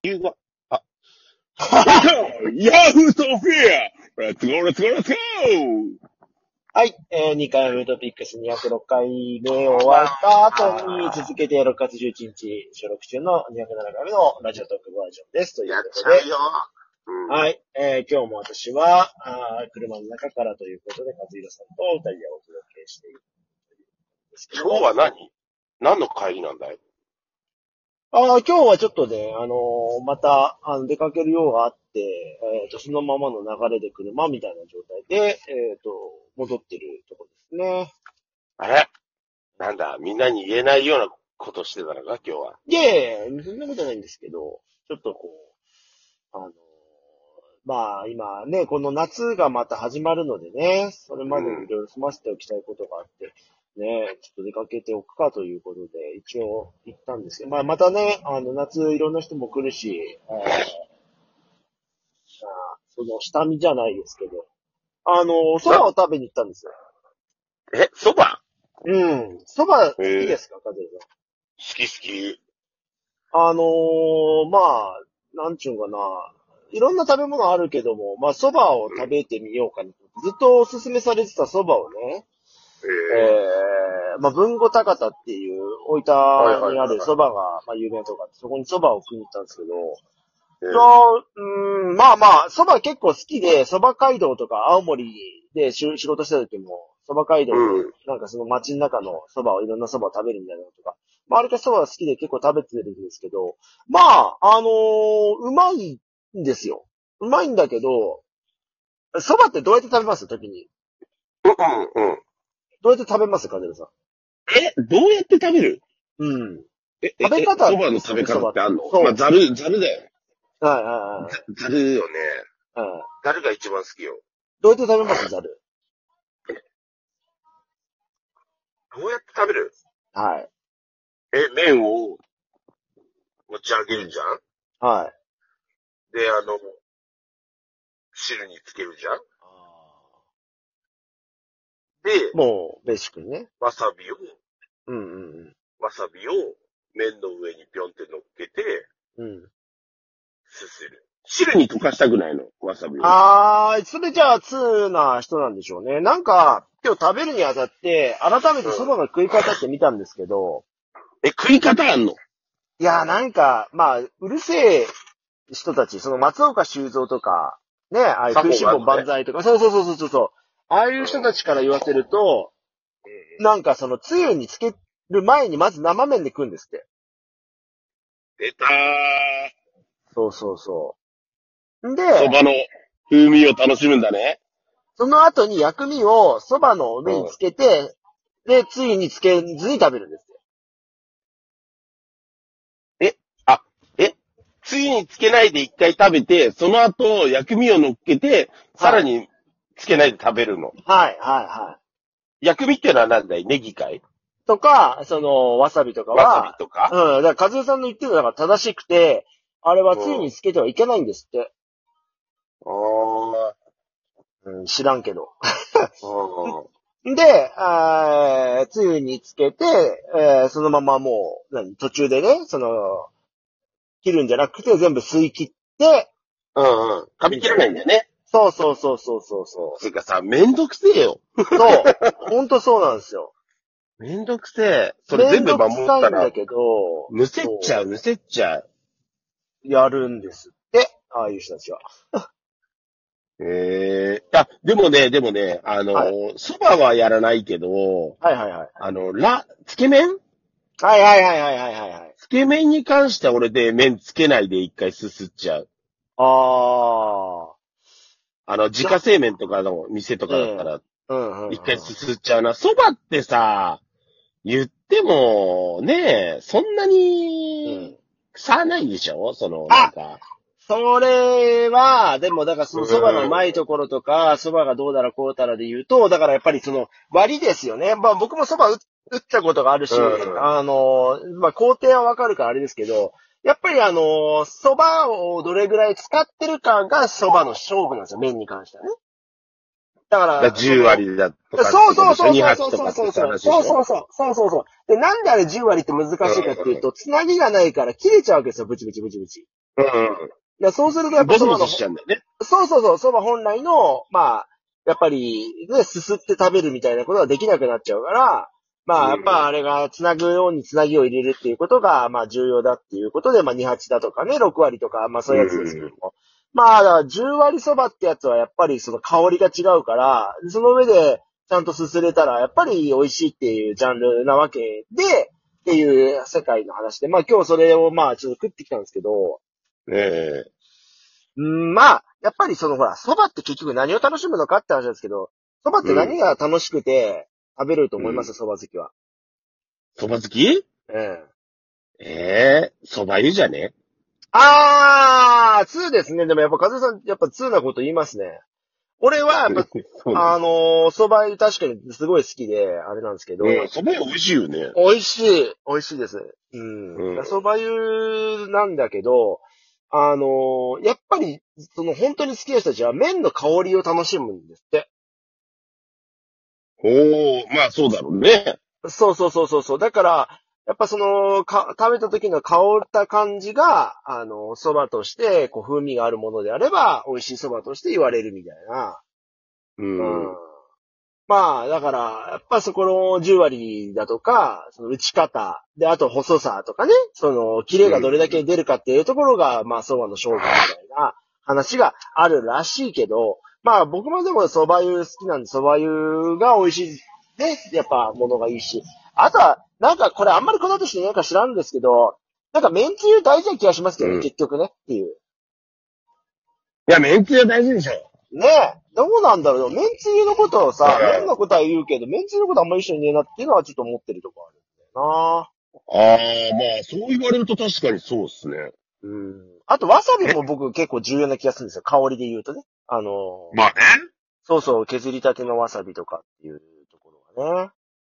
理由は、ヤフートフィア !Let's go, let's go, let's go! はい。2回目トピックス206回目終わった後に続けて6月11日収録中の207回目のラジオトークバージョンです。ということで。 やっちゃうよ。 はい。今日も私は、車の中からということで、和弘さんと2人でお届けしているですけど。 今日は何の帰りなんだい？ 今日はちょっとね、また、出かける用があって、そのままの流れで車みたいな状態で、戻ってるとこですね。 あれなんだ、みんなに言えないようなことしてたのか、今日は。 いやいや、そんなことないんですけど、ちょっとこう、まあ今ね、この夏がまた始まるのでね、それまでにいろいろ済ませておきたいことがあって、ね、ちょっと出かけておくかということで、一応行ったんですけど、まあまたね、夏いろんな人も来るし、その下見じゃないですけど、蕎麦を食べに行ったんですよ。 蕎麦？ うん。蕎麦好きですか、カズレさん。 好き。 まあ、なんちゅうかな。いろんな食べ物あるけども、まあ蕎麦を食べてみようかな。ずっとおすすめされてた蕎麦をね、まあ文後高田っていう大分にある蕎麦が、まあ有名なとこあって、そこに蕎麦を食いに行ったんですけど、まあまあ、蕎麦結構好きで、蕎麦街道とか青森で仕事した時も、蕎麦街道で、なんかその街の中の蕎麦をいろんな蕎麦を食べるみたいなのとか、まああれか蕎麦が好きで結構食べてるんですけど、まあ、うまいんですよ。うまいんだけど、蕎麦ってどうやって食べます時に。 うん。 どうやって食べますか、カズレさん。 どうやって食べる？ うん。 食べ方蕎麦の食べ方ってあんの？ そう。 まあ、ざるだよ。 はい。 ざるよね。 はい。 ざるが一番好きよ。 どうやって食べますざる。 どうやって食べる？ はい。 麺を持ち上げるじゃん？ はい。 で、汁につけるじゃん？で、 もう、ベーシックにね。 わさびを麺の上にぴょんって乗っけて、すする。汁に溶かしたくないの？わさびを。 それじゃあ、通な人なんでしょうね。なんか、今日食べるにあたって、改めて蕎麦の食い方って見たんですけど。 食い方あんの？ いや、なんか、まあ、うるせえ人たち、その松岡修造とか、ね、ああいう食いしん坊万歳とか、そう。ああいう人たちから言わせると、なんかその、つゆにつける前にまず生麺で食うんですって。 出たー。 そう。で、 蕎麦の風味を楽しむんだね。 その後に薬味を蕎麦の上につけて、で、つゆにつけずに食べるんですよ。 つゆにつけないで一回食べて、その後薬味を乗っけて、さらにつけないで食べるの。 はい。 薬味ってのは何だい？ネギかい？ とか、その、わさびとかは。 わさびとか？ だから、和代さんの言ってるのが正しくて、あれはつゆにつけてはいけないんですって。知らんけど。で、つゆにつけて、そのままもう、途中でね、切るんじゃなくて全部吸い切って、 噛み切らないんだよね。 そう。 つうかさ、めんどくせえよ。 そう。ほんとそうなんですよ。 めんどくせえ。それ全部守ったら。 めんどくさいんだけど、 むせっちゃう。 やるんですって、ああいう人たちは。 でもね、蕎麦はやらないけど、つけ麺？ はい。 つけ麺に関しては俺で麺つけないで一回すすっちゃう。自家製麺とかの店とかだったら、一回すすっちゃうな。蕎麦ってさ、言っても、ね、そんなに、差ないでしょ？ それは、でもだからその蕎麦のうまいところとか、蕎麦がどうだらこうだらで言うと、だからやっぱりその割ですよね。まあ僕も蕎麦打ったことがあるし、まあ工程はわかるからあれですけど、やっぱり蕎麦をどれぐらい使ってるかが蕎麦の勝負なんですよ、麺に関してはね。だから。 10割だとか。 そう。で、なんであれ10割って難しいかっていうと、つなぎがないから切れちゃうわけですよ、ブチ。 うん。 そうするとやっぱボソボソしちゃうんだよね。 そうそうそう、蕎麦本来の、まあ、やっぱり、ね、すすって食べるみたいなことができなくなっちゃうから、まあ、やっぱあれが繋ぐように繋ぎを入れるっていうことが、まあ重要だっていうことで、まあ2、8だとかね、6割とか、まあそういうやつですけども。まあ、だから10割蕎麦ってやつはやっぱりその香りが違うから、その上でちゃんとすすれたら、やっぱり美味しいっていうジャンルなわけで、っていう世界の話で、まあ今日それをまあちょっと食ってきたんですけど、 ええ。 まあ、やっぱりそのほら、蕎麦って結局何を楽しむのかって話なんですけど、蕎麦って何が楽しくて食べれると思います蕎麦好きは。 蕎麦好き？ ええ。 蕎麦湯じゃね？ 2ですね。でもやっぱ、和江さん、やっぱ2なこと言いますね。俺は、やっぱ、 そうなんだ。 蕎麦湯確かにすごい好きで、あれなんですけど、 蕎麦湯美味しいよね。 美味しい。美味しいです。蕎麦湯なんだけど、やっぱり、その本当に好きな人たちは麺の香りを楽しむんですって。 まあそうだろうね。 そうそうそうそうそう。だから、やっぱその、食べた時の香った感じが、蕎麦として、こう、風味があるものであれば、美味しい蕎麦として言われるみたいな。 うん。 まあ、だから、やっぱそこの10割だとか、その打ち方、で、あと細さとかね、その、キレがどれだけ出るかっていうところが、まあ、蕎麦の勝負みたいな話があるらしいけど、まあ、僕もでも蕎麦湯好きなんで、蕎麦湯が美味しいね、やっぱ、ものがいいし。あとは、なんかこれあんまりこの後してなんか知らんですけど、なんか麺つゆ大事な気がしますけどね、結局ね、っていう。 いや、めんつゆ大事でしょ。 ねえ、どうなんだろう。麺つゆのことをさ、麺のことは言うけど、麺つゆのことあんまり一緒にねえなっていうのはちょっと思ってるとこあるんだよああ、まあ、そう言われると確かにそうっすね。 な。あと、わさびも僕結構重要な気がするんですよ。香りで言うとね。 まあね。 そうそう、削りたてのわさびとかっていうところがね。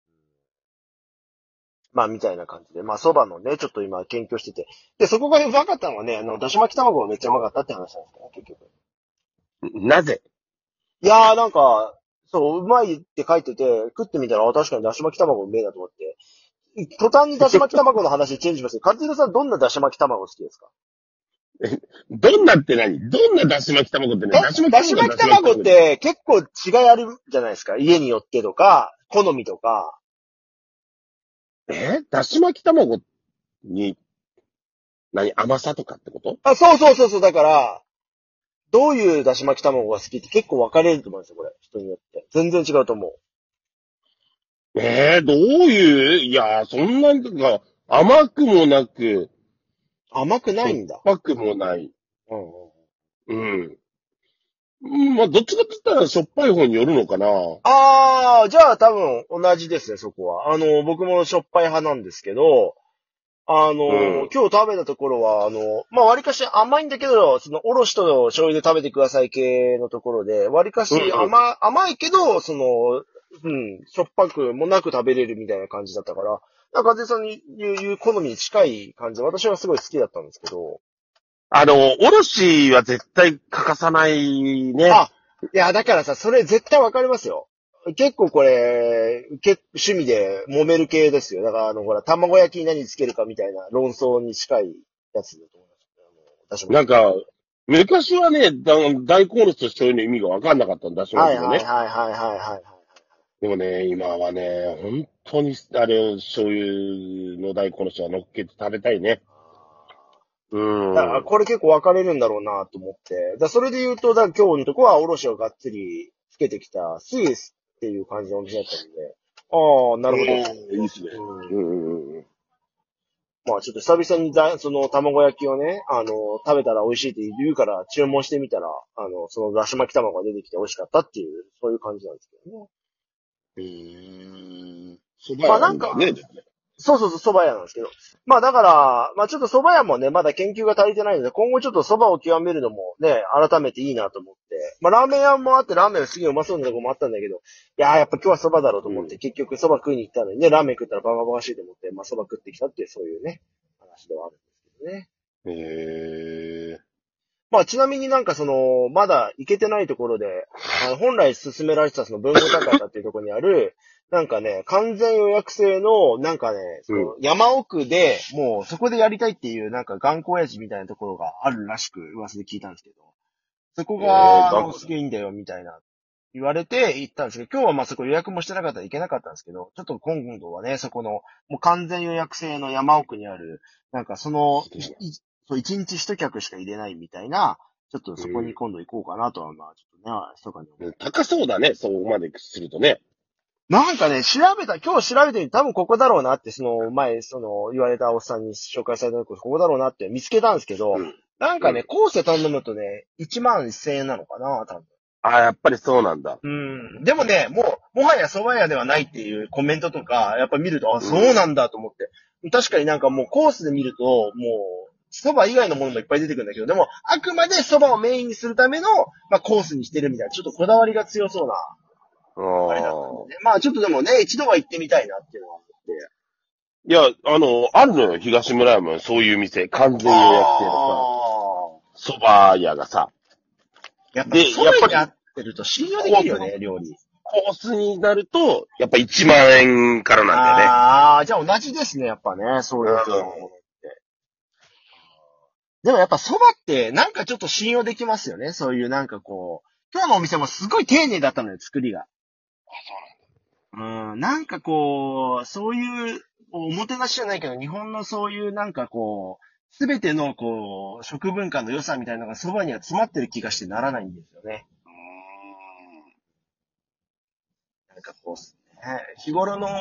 まあ、みたいな感じで。まあ、蕎麦のね、ちょっと今研究してて。で、そこがうまかったのはね、だし巻き卵がめっちゃうまかったって話なんですけどね、結局。 なぜ？ いやーなんか、そう、うまいって書いてて、食ってみたら、確かにだし巻き卵うめえなと思って。途端にだし巻き卵の話チェンジしますけど、カズヒロさんどんなだし巻き卵好きですか？ どんなって何？どんなだし巻き卵ってね、だし巻きだし卵は巻き卵って結構違いあるじゃないですか。家によってとか、好みとか。 だし巻き卵に、甘さとかってこと？ そうそうそうそう。だから、どういうだし巻き卵が好きって結構分かれると思うんですよ、これ。人によって。全然違うと思う。 どういう、いや、そんなにか、甘くもなく、 甘くなしょっいんだ。 ぱくもない。 うんうん。 うん。まあ、どっちかって言ったらしょっぱい方によるのかな。 じゃあ多分同じですね、そこは。僕もしょっぱい派なんですけど、 うん。 今日食べたところは、まあ、割かし甘いんだけど、その、おろしと醤油で食べてください系のところで、割かしうん甘いけど、その、しょっぱくもなく食べれるみたいな感じだったから、なんか、風さんに言う好みに近い感じで、私はすごい好きだったんですけど。 おろしは絶対欠かさないね。 いや、だからさ、それ絶対わかりますよ。結構これ、趣味で揉める系ですよ。だから、ほら、卵焼きに何つけるかみたいな論争に近いやつだと思います。私も。 なんか、昔はね、大根おろしと醤油の意味が分かんなかったんだしまはいすよね。 はいはいはいはいはい。 でもね、今はね、本当に、あれを醤油の大根おろしは乗っけて食べたいね。うだからん。 これ結構分かれるんだろうなと思って。それで言うと、今日のとこはおろしをがっつりつけてきたスイスっていう感じのお店だったんで。なるほど。 いいっすね。うん。 まあちょっと久々にその卵焼きをね、食べたら美味しいって言うから注文してみたら、そのだし巻き卵が出てきて美味しかったっていう、そういう感じなんですけどね。 蕎麦まあ屋なんか、 なんだね、でもね。 そうそうそう、蕎麦屋なんですけど。まあだから、まあちょっと蕎麦屋もね、まだ研究が足りてないので、今後ちょっと蕎麦を極めるのもね、改めていいなと思って。まあラーメン屋もあってラーメンがすげえうまそうなとこもあったんだけど、やっぱ今日は蕎麦だろうと思って、結局蕎麦食いに行ったのにね、ラーメン食ったらバカバカしいと思って、まあ蕎麦食ってきたっていうそういうね、話ではあるんですけどね。 へえ。 まあ、ちなみになんかまだ行けてないところで、本来進められてた文後高田っていうところにある、なんかね、完全予約制の、なんかね、山奥で、もうそこでやりたいっていう、なんか頑固親父みたいなところがあるらしく噂で聞いたんですけど、そこが、すげえいいんだよ、みたいな、言われて行ったんですけど、今日はまあそこ予約もしてなかったらいけなかったんですけど、ちょっと今度はね、そこの、もう完全予約制の山奥にある、なんか一日一客しか入れないみたいな、ちょっとそこに今度行こうかなとは、まあちょっとね、密かに思う。 高そうだね、そこまでするとね。 なんかね、今日調べてみて多分ここだろうなって、前、言われたおっさんに紹介されたとここだろうなって見つけたんですけど、なんかね、コースで頼むとね、11,000円なのかな、多分。 あ、やっぱりそうなんだ。 でもね、もはや蕎麦屋ではないっていうコメントとか、やっぱ見ると、あ、そうなんだと思って。確かになんかもうコースで見ると、もう、蕎麦以外のものもいっぱい出てくるんだけど、でも、あくまで蕎麦をメインにするための、まあ、コースにしてるみたいな、ちょっとこだわりが強そうな、あれだったんでね。まあ、ちょっとでもね、一度は行ってみたいなっていうのはあって。 いや、あるのよ、東村山のそういう店、完全予約制のさ、蕎麦屋がさ。 やっぱり、蕎麦に合ってると信用できるよね、料理。 コースになると、やっぱ1万円からなんだよね。 ああ、じゃあ同じですね、やっぱね、そういうものって。でもやっぱ蕎麦って、なんかちょっと信用できますよね、そういうなんかこう。今日のお店もすごい丁寧だったのよ、作りが。なんかこう、そういう、おもてなしじゃないけど、日本のそういうなんかこう、すべてのこう、食文化の良さみたいなのが蕎麦には詰まってる気がしてならないんですよね。なんかこう、日頃の、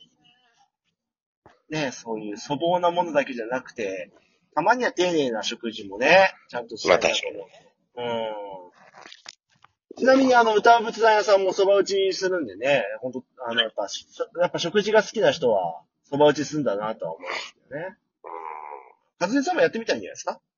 ね、そういう粗暴なものだけじゃなくて、たまには丁寧な食事もね、ちゃんとしたいなと思う。ちなみに歌う仏壇屋さんも蕎麦打ちするんでね、本当やっぱ食事が好きな人は蕎麦打ちするんだなとは思うんですよね。カズネさんもやってみたいんじゃないですか？